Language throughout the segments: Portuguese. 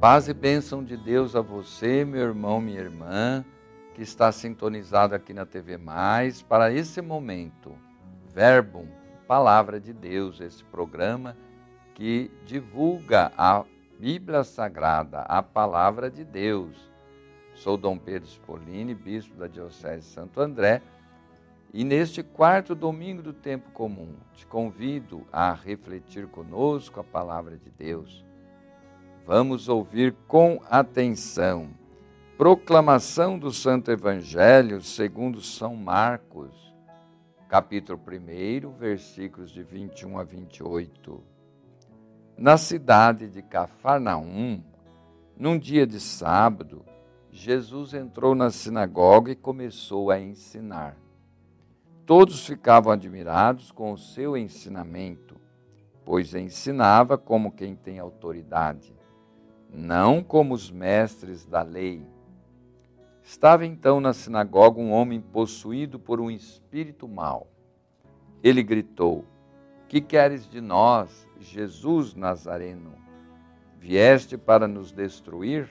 Paz e bênção de Deus a você, meu irmão, minha irmã, que está sintonizado aqui na TV Mais, para esse momento, Verbum, Palavra de Deus, esse programa que divulga a Bíblia Sagrada, a Palavra de Deus. Sou Dom Pedro Spolini, bispo da Diocese de Santo André, e neste quarto domingo do tempo comum, te convido a refletir conosco a Palavra de Deus. Vamos ouvir com atenção. Proclamação do Santo Evangelho segundo São Marcos, capítulo 1, versículos de 21 a 28. Na cidade de Cafarnaum, num dia de sábado, Jesus entrou na sinagoga e começou a ensinar. Todos ficavam admirados com o seu ensinamento, pois ensinava como quem tem autoridade, não como os mestres da lei. Estava então na sinagoga um homem possuído por um espírito mau. Ele gritou: "Que queres de nós, Jesus Nazareno? Vieste para nos destruir?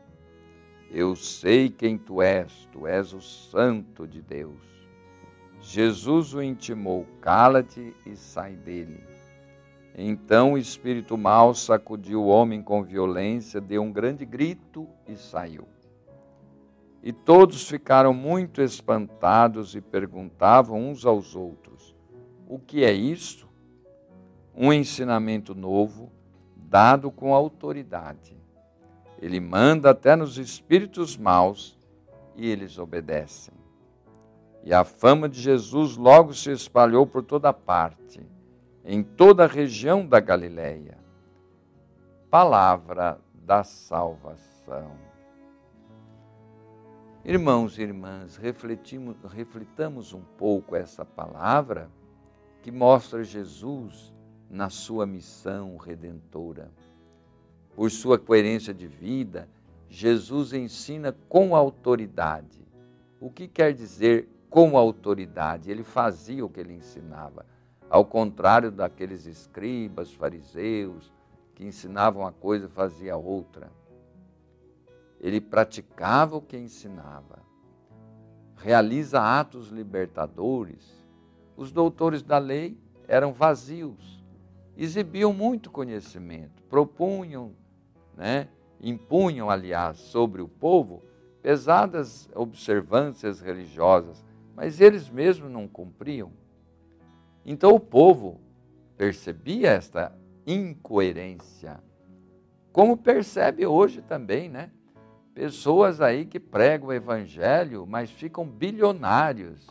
Eu sei quem tu és o Santo de Deus." Jesus o intimou: "Cala-te e sai dele." Então o espírito mau sacudiu o homem com violência, deu um grande grito e saiu. E todos ficaram muito espantados e perguntavam uns aos outros: "O que é isso?" Um ensinamento novo, dado com autoridade. Ele manda até nos espíritos maus e eles obedecem. E a fama de Jesus logo se espalhou por toda parte, em toda a região da Galileia. Palavra da salvação. Irmãos e irmãs, reflitamos um pouco essa palavra que mostra Jesus na sua missão redentora. Por sua coerência de vida, Jesus ensina com autoridade. O que quer dizer com autoridade? Ele fazia o que ele ensinava. Ao contrário daqueles escribas, fariseus, que ensinavam uma coisa e fazia outra. Ele praticava o que ensinava. Realiza atos libertadores. Os doutores da lei eram vazios. Exibiam muito conhecimento. Propunham, impunham, aliás, sobre o povo pesadas observâncias religiosas, mas eles mesmos não cumpriam. Então o povo percebia esta incoerência, como percebe hoje também, Pessoas aí que pregam o evangelho, mas ficam bilionários,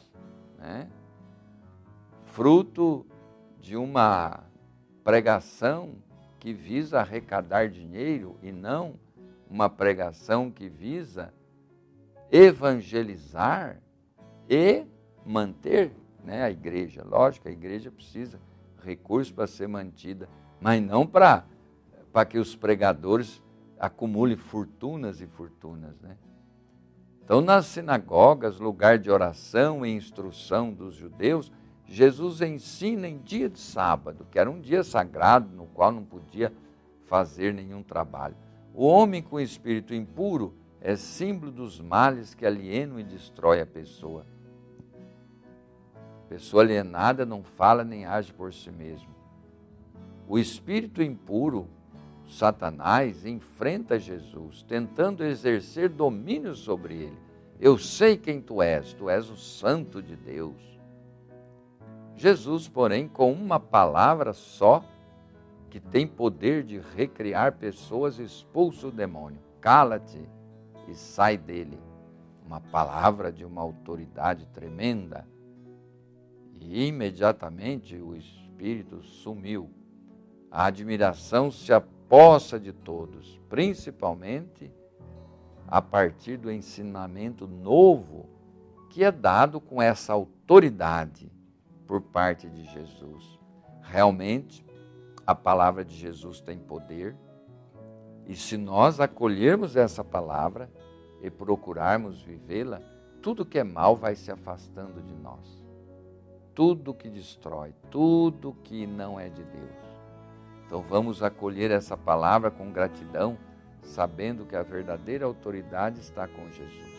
Fruto de uma pregação que visa arrecadar dinheiro e não uma pregação que visa evangelizar e manter a igreja. Lógico, a igreja precisa de recursos para ser mantida, mas não para que os pregadores acumulem fortunas e fortunas. Então, nas sinagogas, lugar de oração e instrução dos judeus, Jesus ensina em dia de sábado, que era um dia sagrado, no qual não podia fazer nenhum trabalho. O homem com espírito impuro é símbolo dos males que alienam e destrói a pessoa. Pessoa alienada não fala nem age por si mesmo. O espírito impuro, Satanás, enfrenta Jesus, tentando exercer domínio sobre ele. Eu sei quem tu és o Santo de Deus. Jesus, porém, com uma palavra só, que tem poder de recriar pessoas, expulsa o demônio. Cala-te e sai dele. Uma palavra de uma autoridade tremenda. E imediatamente o espírito sumiu. A admiração se apossa de todos, principalmente a partir do ensinamento novo que é dado com essa autoridade por parte de Jesus. Realmente, a palavra de Jesus tem poder, e se nós acolhermos essa palavra e procurarmos vivê-la, tudo que é mal vai se afastando de nós. Tudo que destrói, tudo que não é de Deus. Então vamos acolher essa palavra com gratidão, sabendo que a verdadeira autoridade está com Jesus.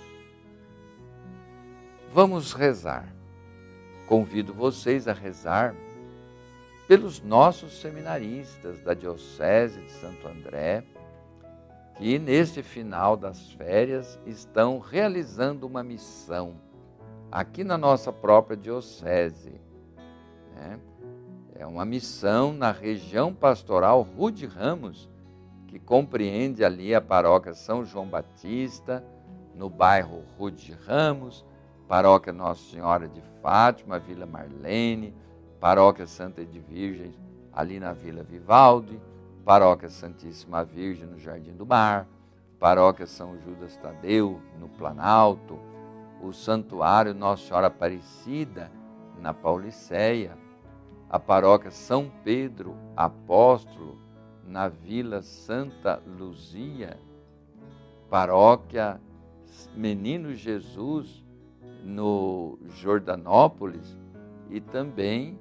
Vamos rezar. Convido vocês a rezar pelos nossos seminaristas da Diocese de Santo André, que neste final das férias estão realizando uma missão aqui na nossa própria Diocese. É uma missão na região pastoral Rude Ramos, que compreende ali a paróquia São João Batista, no bairro Rude Ramos, paróquia Nossa Senhora de Fátima, Vila Marlene, paróquia Santa Edvirgem, ali na Vila Vivaldi, paróquia Santíssima Virgem, no Jardim do Mar, paróquia São Judas Tadeu, no Planalto, o santuário Nossa Senhora Aparecida, na Pauliceia, a paróquia São Pedro Apóstolo, na Vila Santa Luzia, paróquia Menino Jesus, no Jordanópolis, e também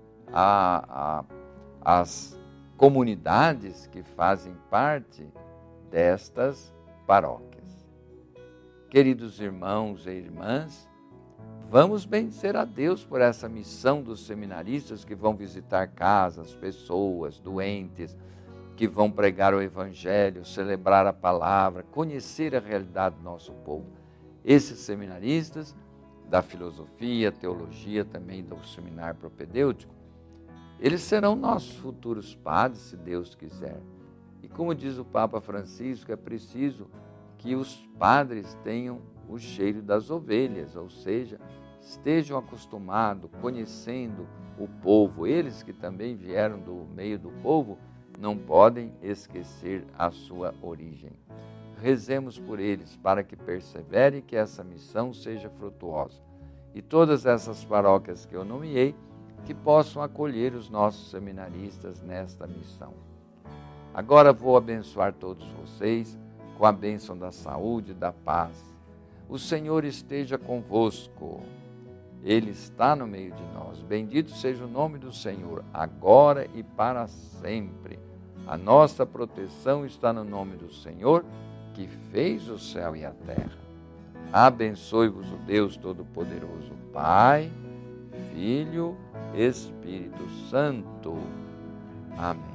as comunidades que fazem parte destas paróquias. Queridos irmãos e irmãs, vamos bendizer a Deus por essa missão dos seminaristas que vão visitar casas, pessoas, doentes, que vão pregar o Evangelho, celebrar a palavra, conhecer a realidade do nosso povo. Esses seminaristas da filosofia, teologia, também do seminário propedêutico, eles serão nossos futuros padres, se Deus quiser. E como diz o Papa Francisco, é preciso que os padres tenham o cheiro das ovelhas, ou seja, estejam acostumados, conhecendo o povo. Eles que também vieram do meio do povo, não podem esquecer a sua origem. Rezemos por eles, para que perseverem e que essa missão seja frutuosa. E todas essas paróquias que eu nomeei, que possam acolher os nossos seminaristas nesta missão. Agora vou abençoar todos vocês com a bênção da saúde e da paz. O Senhor esteja convosco. Ele está no meio de nós. Bendito seja o nome do Senhor, agora e para sempre. A nossa proteção está no nome do Senhor, que fez o céu e a terra. Abençoe-vos o Deus Todo-Poderoso, Pai, Filho, Espírito Santo. Amém.